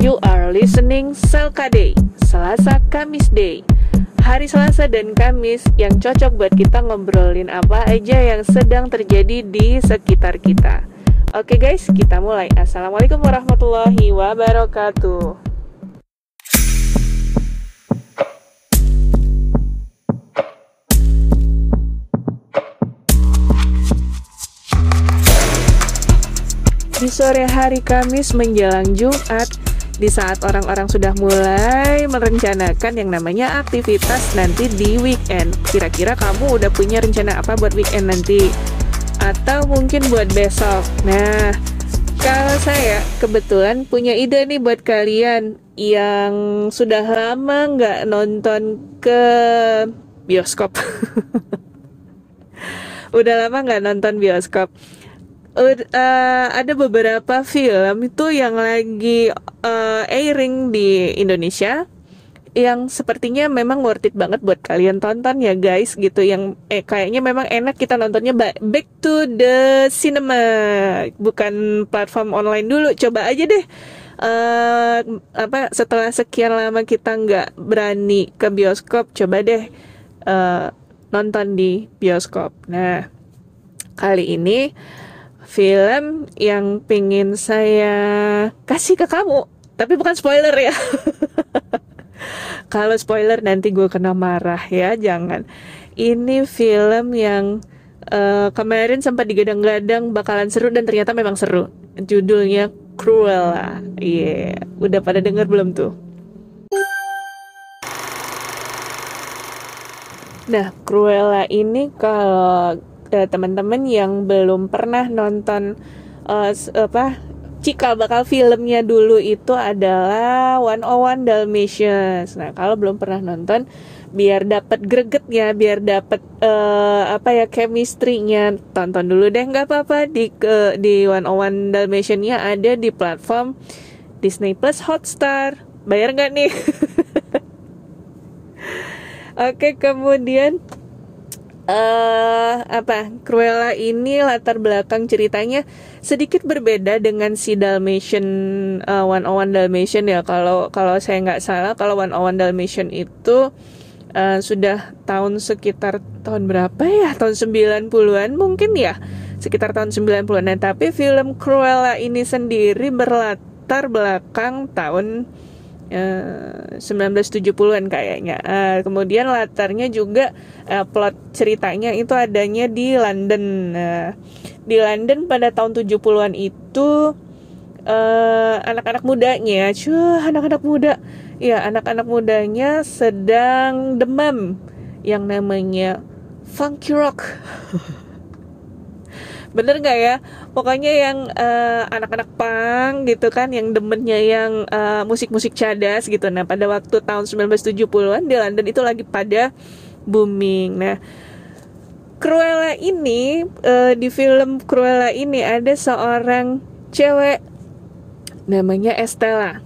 You are listening Selka Day, Selasa Kamis Day. Hari Selasa dan Kamis yang cocok buat kita ngobrolin apa aja yang sedang terjadi di sekitar kita. Oke guys, kita mulai. Assalamualaikum warahmatullahi wabarakatuh. Di sore hari Kamis menjelang Jumat, di saat orang-orang sudah mulai merencanakan yang namanya aktivitas nanti di weekend. Kira-kira kamu udah punya rencana apa buat weekend nanti? Atau mungkin buat besok? Nah, kalau saya kebetulan punya ide nih buat kalian yang sudah lama nggak nonton ke bioskop. Udah lama nggak nonton bioskop. Ada beberapa film itu yang lagi airing di Indonesia yang sepertinya memang worth it banget buat kalian tonton ya guys gitu, yang kayaknya memang enak kita nontonnya back to the cinema, bukan platform online dulu. Coba aja deh setelah sekian lama kita nggak berani ke bioskop, coba deh nonton di bioskop. Nah, kali ini film yang pengen saya kasih ke kamu, tapi bukan spoiler ya. Kalau spoiler nanti gue kena marah ya, jangan. Ini film yang kemarin sempat digadang-gadang bakalan seru dan ternyata memang seru. Judulnya Cruella. Iya, udah pada denger belum tuh? Nah, Cruella ini kalau teman-teman yang belum pernah nonton cikal bakal filmnya dulu itu adalah 101 Dalmatians. Nah, kalau belum pernah nonton, biar dapat gregetnya, biar dapat chemistry-nya, tonton dulu deh, nggak apa-apa. Di 101 Dalmatians-nya ada di platform Disney Plus Hotstar. Bayar nggak nih? Oke, kemudian Cruella ini latar belakang ceritanya sedikit berbeda dengan si Dalmatian 101 Dalmatian ya. Kalau saya nggak salah, kalau 101 Dalmatian itu sudah sekitar tahun berapa ya? Tahun 90-an mungkin ya. Sekitar tahun 90-an. Nah, tapi film Cruella ini sendiri berlatar belakang tahun 1970-an kayaknya. Kemudian latarnya juga plot ceritanya itu adanya di London. Di London pada tahun 70-an itu anak-anak mudanya sedang demam yang namanya funky rock. Bener gak ya? Pokoknya yang anak-anak punk gitu kan, yang demennya yang musik-musik cadas gitu. Nah, pada waktu tahun 1970-an di London itu lagi pada booming. Nah, Cruella ini, di film Cruella ini ada seorang cewek namanya Estella.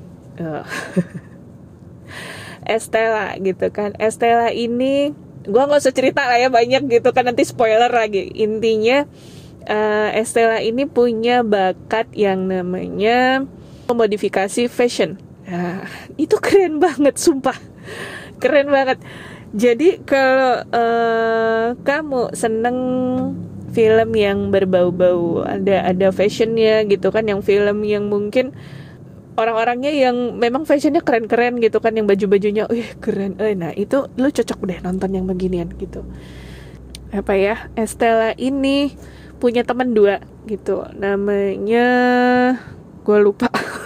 Estella gitu kan. Estella ini, gua gak usah cerita lah ya banyak gitu kan, nanti spoiler lagi. Intinya Estella ini punya bakat yang namanya modifikasi fashion. Nah, itu keren banget, sumpah. Keren banget. Jadi kalau kamu seneng film yang berbau-bau ada fashionnya gitu kan, yang film yang mungkin orang-orangnya yang memang fashionnya keren-keren gitu kan, yang baju-bajunya keren. Nah, itu lu cocok deh nonton yang beginian gitu. Estella ini punya teman 2 gitu, namanya gue lupa.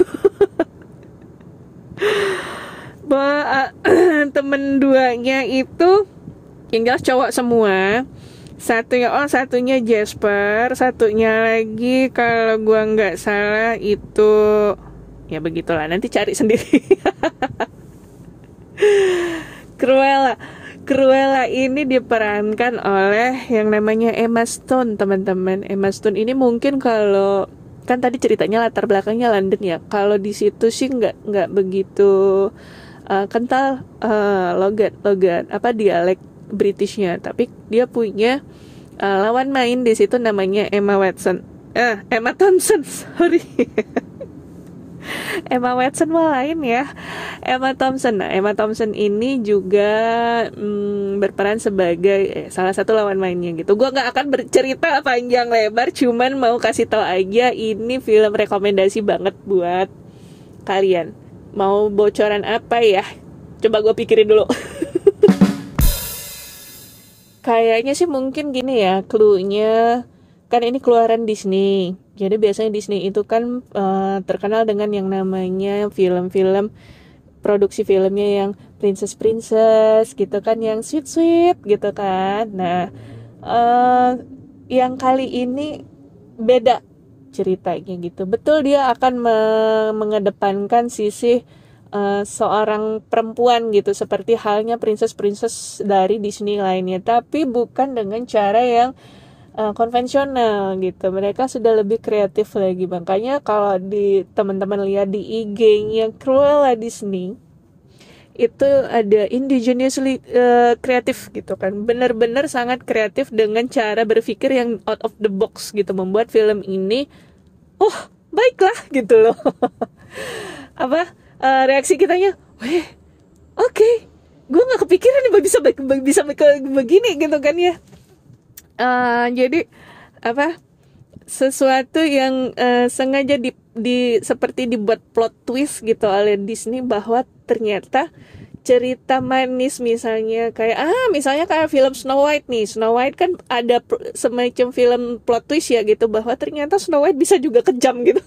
Temen 2-nya itu yang jelas cowok semua. Satunya Jasper, satunya lagi kalau gue nggak salah itu ya begitulah, nanti cari sendiri. Cruella ini diperankan oleh yang namanya Emma Stone, teman-teman. Emma Stone ini mungkin kalau kan tadi ceritanya latar belakangnya London ya. Kalau di situ sih nggak begitu kental logat dialek Britishnya, tapi dia punya lawan main di situ namanya Emma Thompson, sorry. Emma Watson mah lain ya. Emma Thompson. Nah, Emma Thompson ini juga berperan sebagai salah satu lawan mainnya gitu. Gue nggak akan bercerita panjang lebar, cuman mau kasih tahu aja ini film rekomendasi banget buat kalian. Mau bocoran apa ya? Coba gue pikirin dulu. Kayaknya sih mungkin gini ya, clue-nya kan ini keluaran Disney. Jadi biasanya Disney itu kan terkenal dengan yang namanya film-film, produksi filmnya yang princess gitu kan, yang sweet gitu kan. Nah, yang kali ini beda ceritanya gitu. Betul, dia akan mengedepankan sisi seorang perempuan gitu, seperti halnya princess dari Disney lainnya, tapi bukan dengan cara yang konvensional gitu. Mereka sudah lebih kreatif lagi. Makanya kalau di teman-teman lihat di IG-nya Cruella Disney itu ada indigenously kreatif gitu kan. Benar-benar sangat kreatif dengan cara berpikir yang out of the box gitu, membuat film ini baiklah gitu loh. Reaksi kitanya, weh, oke, gue nggak kepikiran nih bisa begini gitu kan ya. Jadi sesuatu yang sengaja seperti dibuat plot twist gitu oleh Disney, bahwa ternyata cerita manis misalnya kayak film Snow White nih. Snow White kan ada semacam film plot twist ya gitu, bahwa ternyata Snow White bisa juga kejam gitu.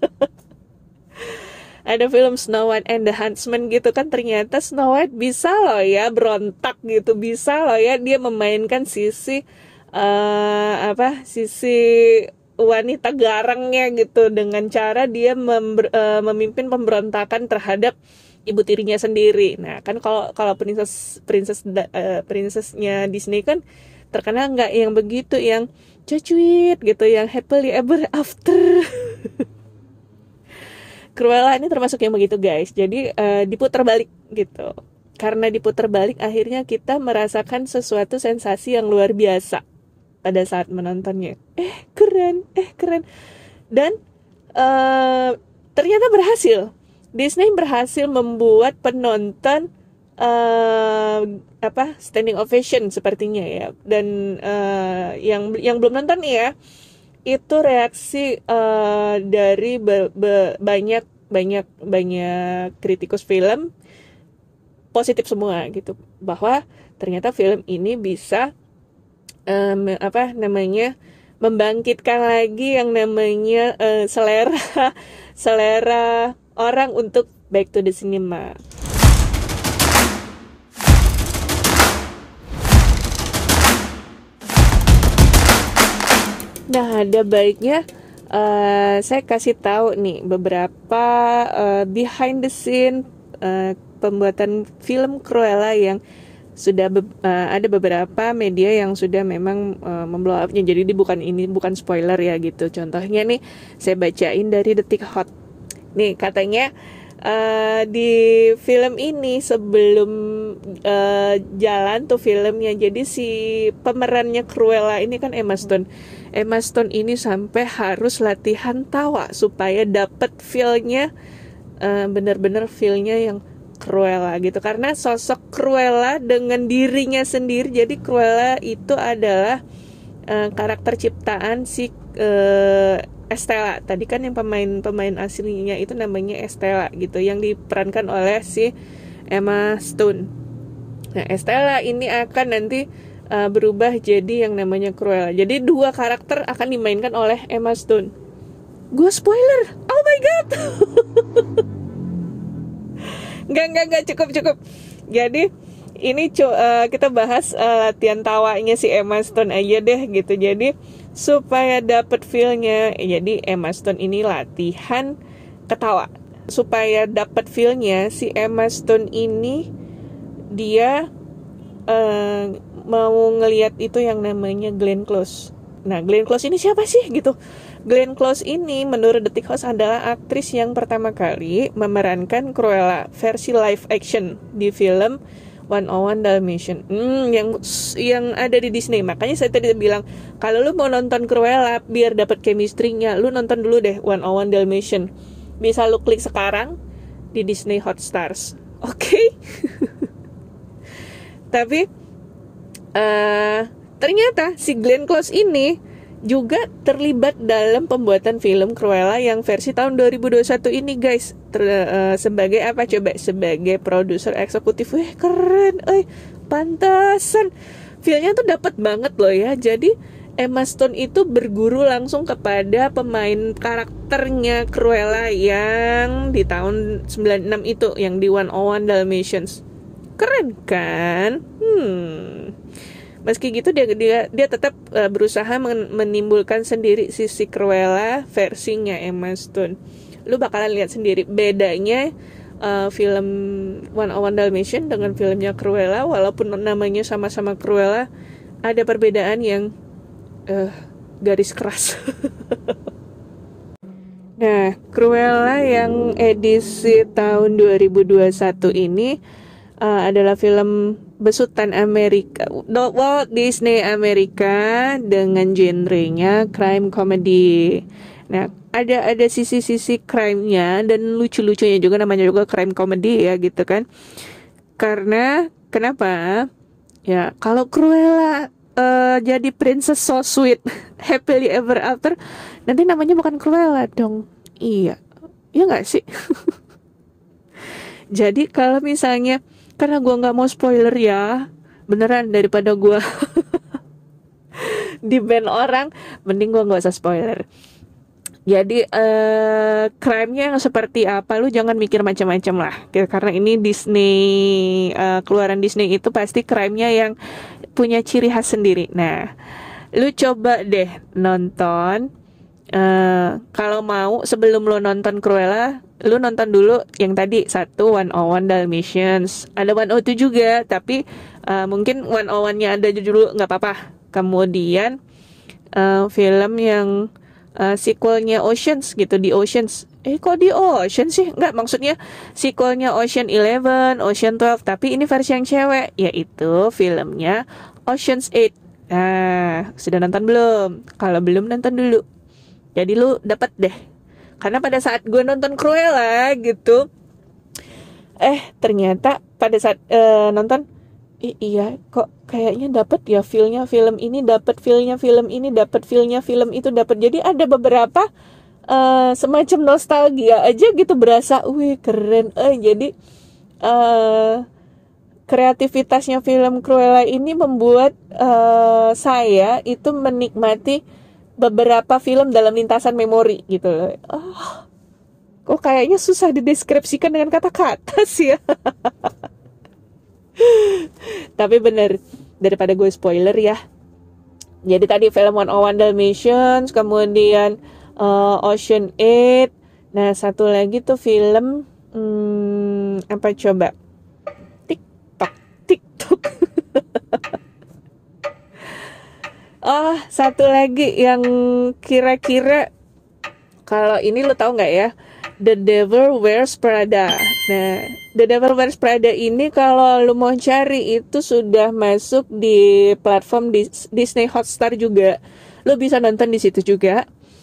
Ada film Snow White and the Huntsman gitu kan, ternyata Snow White bisa loh ya berontak gitu, bisa loh ya dia memainkan sisi sisi wanita garangnya gitu, dengan cara dia memimpin pemberontakan terhadap ibu tirinya sendiri. Nah kan kalau princessnya Disney kan terkenal nggak yang begitu, yang cuit gitu, yang happily ever after. Cruella ini termasuk yang begitu guys. Jadi diputar balik gitu. Karena diputar balik, akhirnya kita merasakan sesuatu sensasi yang luar biasa pada saat menontonnya. Keren. Dan ternyata berhasil. Disney berhasil membuat penonton standing ovation sepertinya ya. Dan yang belum nonton nih ya, itu reaksi dari banyak kritikus film positif semua gitu, bahwa ternyata film ini bisa membangkitkan lagi yang namanya selera orang untuk back to the cinema. Nah, ada baiknya saya kasih tahu nih beberapa behind the scene pembuatan film Cruella yang sudah ada beberapa media yang sudah memang memblow up-nya. Jadi ini bukan spoiler ya gitu. Contohnya nih saya bacain dari Detik Hot. Nih katanya di film ini sebelum jalan tuh filmnya, jadi si pemerannya Cruella ini kan Emma Stone ini sampai harus latihan tawa supaya dapet feel-nya benar-benar feel-nya yang Cruella gitu, karena sosok Cruella dengan dirinya sendiri. Jadi Cruella itu adalah karakter ciptaan si Estella. Tadi kan yang pemain aslinya itu namanya Estella gitu, yang diperankan oleh si Emma Stone. Nah, Estella ini akan nanti berubah jadi yang namanya Cruella. Jadi dua karakter akan dimainkan oleh Emma Stone. Gue spoiler. Oh my god. Enggak cukup. Jadi ini kita bahas latihan tawanya si Emma Stone aja deh gitu. Jadi supaya dapet feel-nya, jadi Emma Stone ini latihan ketawa. Supaya dapet feel-nya, si Emma Stone ini dia mau ngelihat itu yang namanya Glenn Close. Nah, Glenn Close ini siapa sih gitu? Glenn Close ini menurut Detik House adalah aktris yang pertama kali memerankan Cruella versi live action di film 101 Dalmatian yang ada di Disney. Makanya saya tadi bilang, kalau lu mau nonton Cruella biar dapat chemistry-nya, lu nonton dulu deh 101 Dalmatian. bisa lu klik sekarang di Disney Hotstars. Oke. Tapi ternyata si Glenn Close ini juga terlibat dalam pembuatan film Cruella yang versi tahun 2021 ini, guys. Sebagai apa coba? Sebagai produser eksekutif. Wih, keren. Pantesan feel-nya tuh dapat banget loh ya. Jadi Emma Stone itu berguru langsung kepada pemain karakternya Cruella yang di tahun 96 itu, yang di 101 Dalmatians. Keren kan? Meski gitu dia tetap berusaha menimbulkan sendiri sisi Cruella versinya Emma Stone. Lu bakalan lihat sendiri bedanya film 101 Dalmatians dengan filmnya Cruella. Walaupun namanya sama-sama Cruella, ada perbedaan yang garis keras. Nah, Cruella yang edisi tahun 2021 ini adalah film besutan Amerika, Walt Disney Amerika, dengan genrenya crime comedy. Nah, ada sisi-sisi crime-nya dan lucu-lucunya juga, namanya juga crime comedy ya gitu kan. Karena kenapa? Ya, kalau Cruella jadi princess so sweet, happily ever after, nanti namanya bukan Cruella dong. Iya nggak sih? Jadi kalau misalnya, karena gue nggak mau spoiler ya, beneran, daripada gue di ban orang, mending gue nggak usah spoiler. Jadi crime-nya yang seperti apa, lu jangan mikir macam-macam lah. Karena ini Disney, keluaran Disney itu pasti crime-nya yang punya ciri khas sendiri. Nah, lu coba deh nonton. Kalau mau, sebelum lu nonton Cruella, lu nonton dulu yang tadi 101 Dalmatians. Ada 102 juga, tapi mungkin 101-nya ada dulu, nggak apa-apa. Kemudian film yang sequelnya Oceans gitu, di Oceans. Kok di Ocean sih? Nggak, maksudnya sequelnya Ocean 11, Ocean 12, tapi ini versi yang cewek, yaitu filmnya Ocean's 8. Nah, sudah nonton belum? Kalau belum, nonton dulu. Jadi lu dapat deh. Karena pada saat gue nonton Cruella gitu, ternyata pada saat nonton, iya kok kayaknya dapat ya feel-nya film ini, dapat feel-nya film ini, dapat feel-nya film itu, dapat. Jadi ada beberapa semacam nostalgia aja gitu, berasa wih keren. Jadi kreativitasnya film Cruella ini membuat saya itu menikmati beberapa film dalam lintasan memori gitu loh. Kok kayaknya susah dideskripsikan dengan kata-kata sih ya. Tapi bener, daripada gue spoiler ya. Jadi tadi film 101 Dalmatians, kemudian Ocean 8. Nah, satu lagi tuh film apa coba? TikTok. Satu lagi yang kira-kira, kalau ini lo tahu nggak ya? The Devil Wears Prada. Nah, The Devil Wears Prada ini kalau lo mau cari itu sudah masuk di platform Disney Hotstar juga. Lo bisa nonton di situ juga.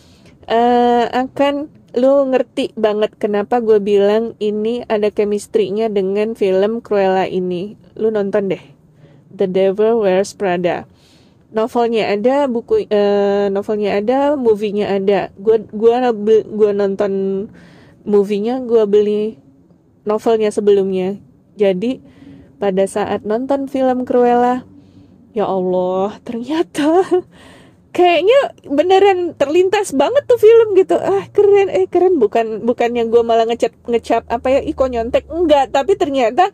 Akan lo ngerti banget kenapa gue bilang ini ada chemistry-nya dengan film Cruella ini. Lo nonton deh, The Devil Wears Prada. Novelnya ada, novelnya ada, movie-nya ada. Gua nonton movie-nya, gua beli novelnya sebelumnya. Jadi pada saat nonton film Cruella, ya Allah, ternyata kayaknya beneran terlintas banget tuh film gitu. Keren, bukan yang gue malah ngecap apa ya, iko nyontek, enggak, tapi ternyata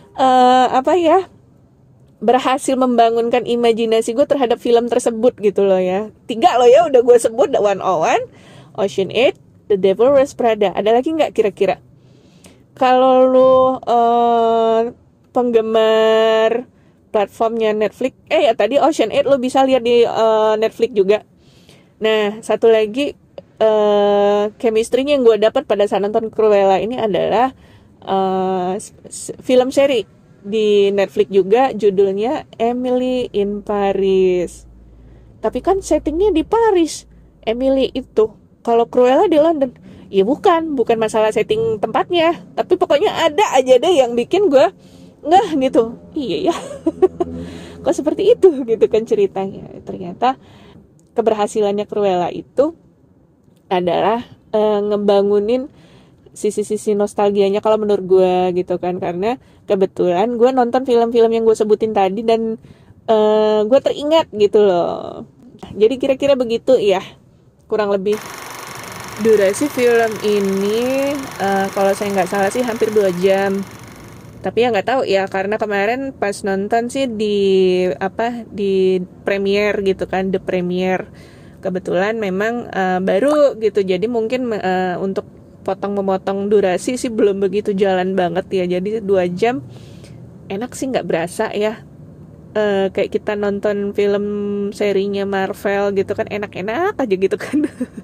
berhasil membangunkan imajinasi gue terhadap film tersebut gitu loh ya. 3 loh ya udah gue sebut, 101, Ocean 8, The Devil Wears Prada. Ada lagi nggak kira-kira? Kalau lu penggemar platformnya Netflix, ya tadi Ocean 8 lu bisa lihat di Netflix juga. Nah, satu lagi chemistry-nya yang gue dapat pada saat nonton Cruella ini adalah film seri di Netflix juga, judulnya Emily in Paris. Tapi kan settingnya di Paris, Emily itu. Kalau Cruella di London. Ya bukan masalah setting tempatnya, tapi pokoknya ada aja deh yang bikin gue nggak gitu. Iya ya, kok seperti itu gitu kan ceritanya. Ternyata keberhasilannya Cruella itu adalah ngebangunin sisi-sisi nostalgianya kalau menurut gue gitu kan, karena kebetulan gue nonton film-film yang gue sebutin tadi dan gue teringat gitu loh. Jadi kira-kira begitu ya kurang lebih. Durasi film ini kalau saya nggak salah sih hampir 2 jam. Tapi ya nggak tahu ya, karena kemarin pas nonton sih di premiere gitu kan, the premiere. Kebetulan memang baru gitu, jadi mungkin untuk memotong durasi sih belum begitu jalan banget ya. Jadi 2 jam enak sih, nggak berasa ya. Kayak kita nonton film serinya Marvel gitu kan, enak-enak aja gitu kan.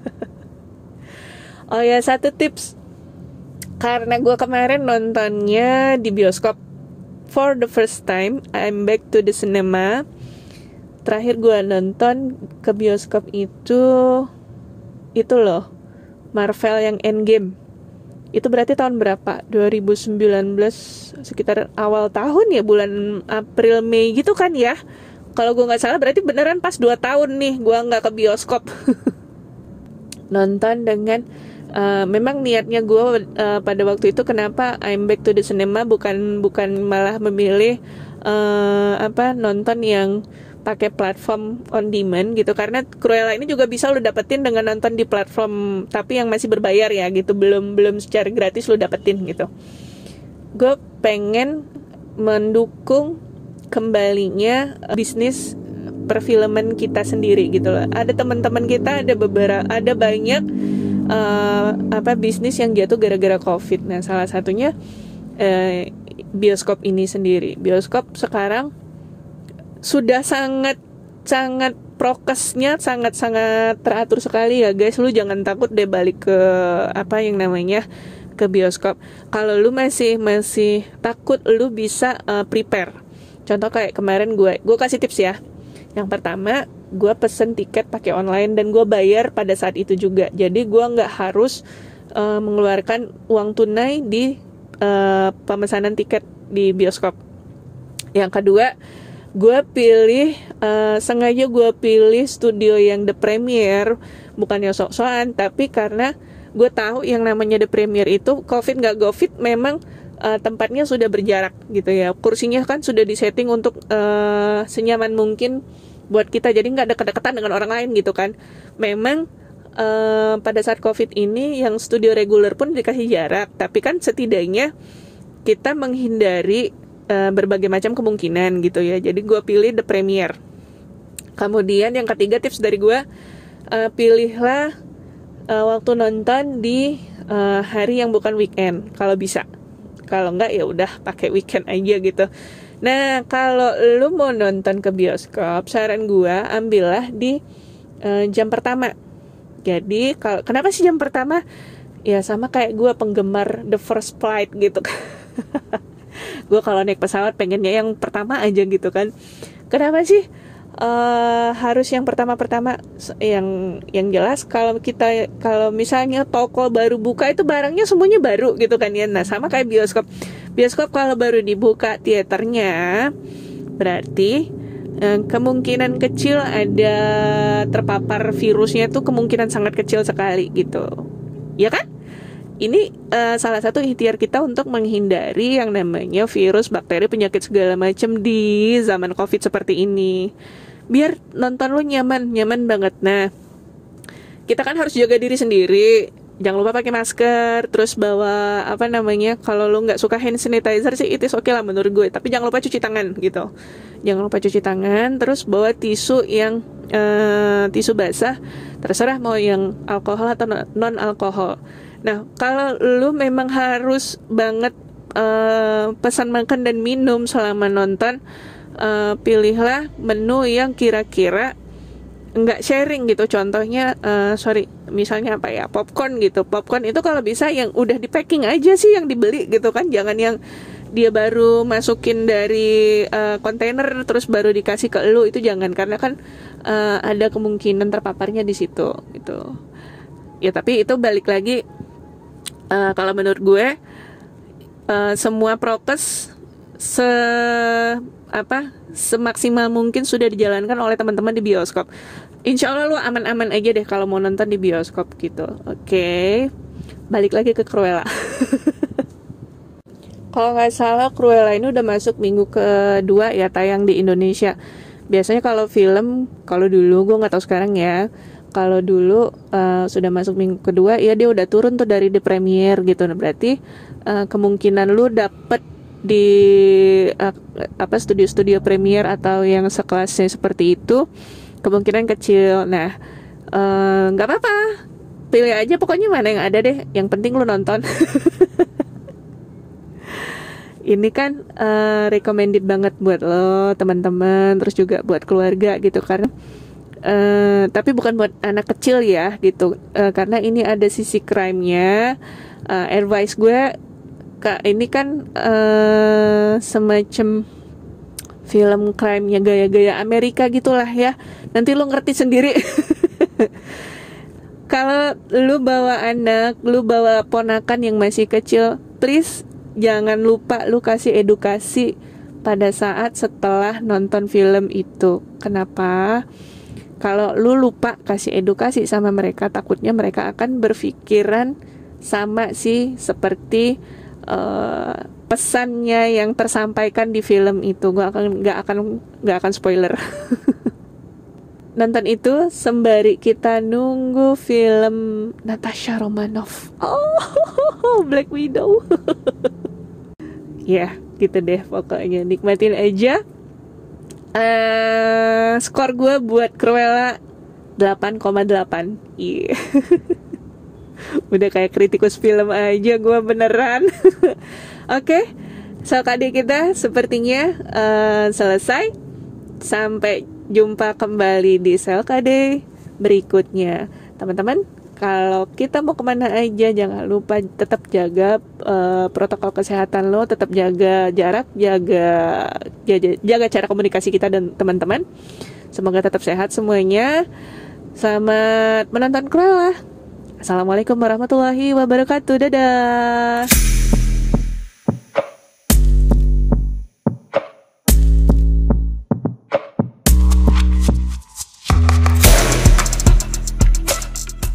Oh ya, satu tips, karena gue kemarin nontonnya di bioskop for the first time, I'm back to the cinema. Terakhir gue nonton ke bioskop itu loh, Marvel yang Endgame. Itu berarti tahun berapa? 2019, sekitar awal tahun ya, bulan April Mei gitu kan ya. Kalau gue nggak salah berarti beneran pas 2 tahun nih gue nggak ke bioskop. Nonton dengan memang niatnya gue pada waktu itu, kenapa I'm back to the cinema, bukan malah memilih nonton yang pakai platform on demand gitu, karena Cruella ini juga bisa lo dapetin dengan nonton di platform tapi yang masih berbayar ya gitu, belum secara gratis lo dapetin gitu. Gue pengen mendukung kembalinya bisnis perfilman kita sendiri gitu loh. Ada teman-teman kita, ada banyak bisnis yang jatuh gara-gara COVID. Nah, salah satunya bioskop ini sendiri. Bioskop sekarang sudah sangat prokesnya sangat teratur sekali ya guys. Lu jangan takut deh balik ke ke bioskop. Kalau lu masih takut, lu bisa prepare. Contoh kayak kemarin gue kasih tips ya. Yang pertama, gue pesen tiket pakai online dan gue bayar pada saat itu juga. Jadi gue nggak harus mengeluarkan uang tunai di pemesanan tiket di bioskop. Yang kedua, sengaja gue pilih studio yang the premiere, bukannya sok-sokan, tapi karena gue tahu yang namanya the premiere itu COVID nggak COVID memang tempatnya sudah berjarak gitu ya. Kursinya kan sudah disetting untuk senyaman mungkin buat kita, jadi nggak deket-deketan dengan orang lain gitu kan. Memang pada saat COVID ini yang studio reguler pun dikasih jarak, tapi kan setidaknya kita menghindari berbagai macam kemungkinan gitu ya. Jadi gue pilih the premiere. Kemudian yang ketiga tips dari gue, pilihlah waktu nonton di hari yang bukan weekend kalau bisa. Kalau enggak ya udah pakai weekend aja gitu. Nah, kalau lu mau nonton ke bioskop, saran gue ambillah di jam pertama. Jadi kenapa sih jam pertama? Ya sama kayak gue penggemar the first flight gitu. Gue kalau naik pesawat pengennya yang pertama aja gitu kan. Kenapa sih harus yang pertama? Yang jelas kalau misalnya toko baru buka itu barangnya semuanya baru gitu kan ya. Nah, sama kayak bioskop kalau baru dibuka teaternya, berarti kemungkinan kecil ada terpapar virusnya itu kemungkinan sangat kecil sekali gitu, ya kan? Ini salah satu ikhtiar kita untuk menghindari yang namanya virus, bakteri, penyakit segala macam di zaman COVID seperti ini. Biar nonton lo nyaman banget. Nah, kita kan harus jaga diri sendiri. Jangan lupa pakai masker, terus bawa kalau lo nggak suka hand sanitizer sih it is okay lah menurut gue. Tapi jangan lupa cuci tangan gitu. Jangan lupa cuci tangan, terus bawa tisu yang tisu basah. Terserah mau yang alkohol atau non alkohol. Nah, kalau lu memang harus banget pesan makan dan minum selama nonton, pilihlah menu yang kira-kira nggak sharing gitu. Contohnya, misalnya popcorn gitu. Popcorn itu kalau bisa yang udah di packing aja sih yang dibeli gitu kan. Jangan yang dia baru masukin dari kontainer terus baru dikasih ke lu, itu jangan, karena kan ada kemungkinan terpaparnya di situ gitu. Ya tapi itu balik lagi Kalau menurut gue semua prokes semaksimal mungkin sudah dijalankan oleh teman-teman di bioskop. Insya Allah lu aman-aman aja deh kalau mau nonton di bioskop gitu. Oke. Balik lagi ke Cruella. Kalau nggak salah Cruella ini udah masuk minggu kedua ya tayang di Indonesia. Biasanya kalau film, kalau dulu gue nggak tahu sekarang ya. Kalau dulu sudah masuk minggu kedua, ya dia udah turun tuh dari the premiere gitu. Nah, berarti kemungkinan lu dapet di studio-studio premiere atau yang sekelasnya seperti itu kemungkinan kecil. Nah, nggak apa-apa, pilih aja pokoknya mana yang ada deh. Yang penting lu nonton. Ini kan recommended banget buat lo teman-teman, terus juga buat keluarga gitu karena tapi bukan buat anak kecil ya gitu, karena ini ada sisi crime-nya. Advice gue, Kak, ini kan semacam film crime-nya gaya-gaya Amerika gitulah ya. Nanti lu ngerti sendiri. Kalau lu bawa anak, lu bawa ponakan yang masih kecil, please jangan lupa lu kasih edukasi pada saat setelah nonton film itu. Kenapa? Kalau lu lupa kasih edukasi sama mereka, takutnya mereka akan berpikiran sama sih seperti pesannya yang tersampaikan di film itu. Gue nggak akan spoiler. Nonton itu sembari kita nunggu film Natasha Romanoff. Oh, Black Widow. Ya, gitu deh pokoknya. Nikmatin aja. Skor gue buat Cruella 8,8. Iya. Udah kayak kritikus film aja gue beneran. Oke, Selkade kita sepertinya selesai. Sampai jumpa kembali di Selkade berikutnya. Teman-teman, kalau kita mau kemana aja jangan lupa tetap jaga protokol kesehatan lo, tetap jaga jarak, jaga cara komunikasi kita dan teman-teman. Semoga tetap sehat semuanya. Selamat menonton Cruella. Assalamualaikum warahmatullahi wabarakatuh. Dadah.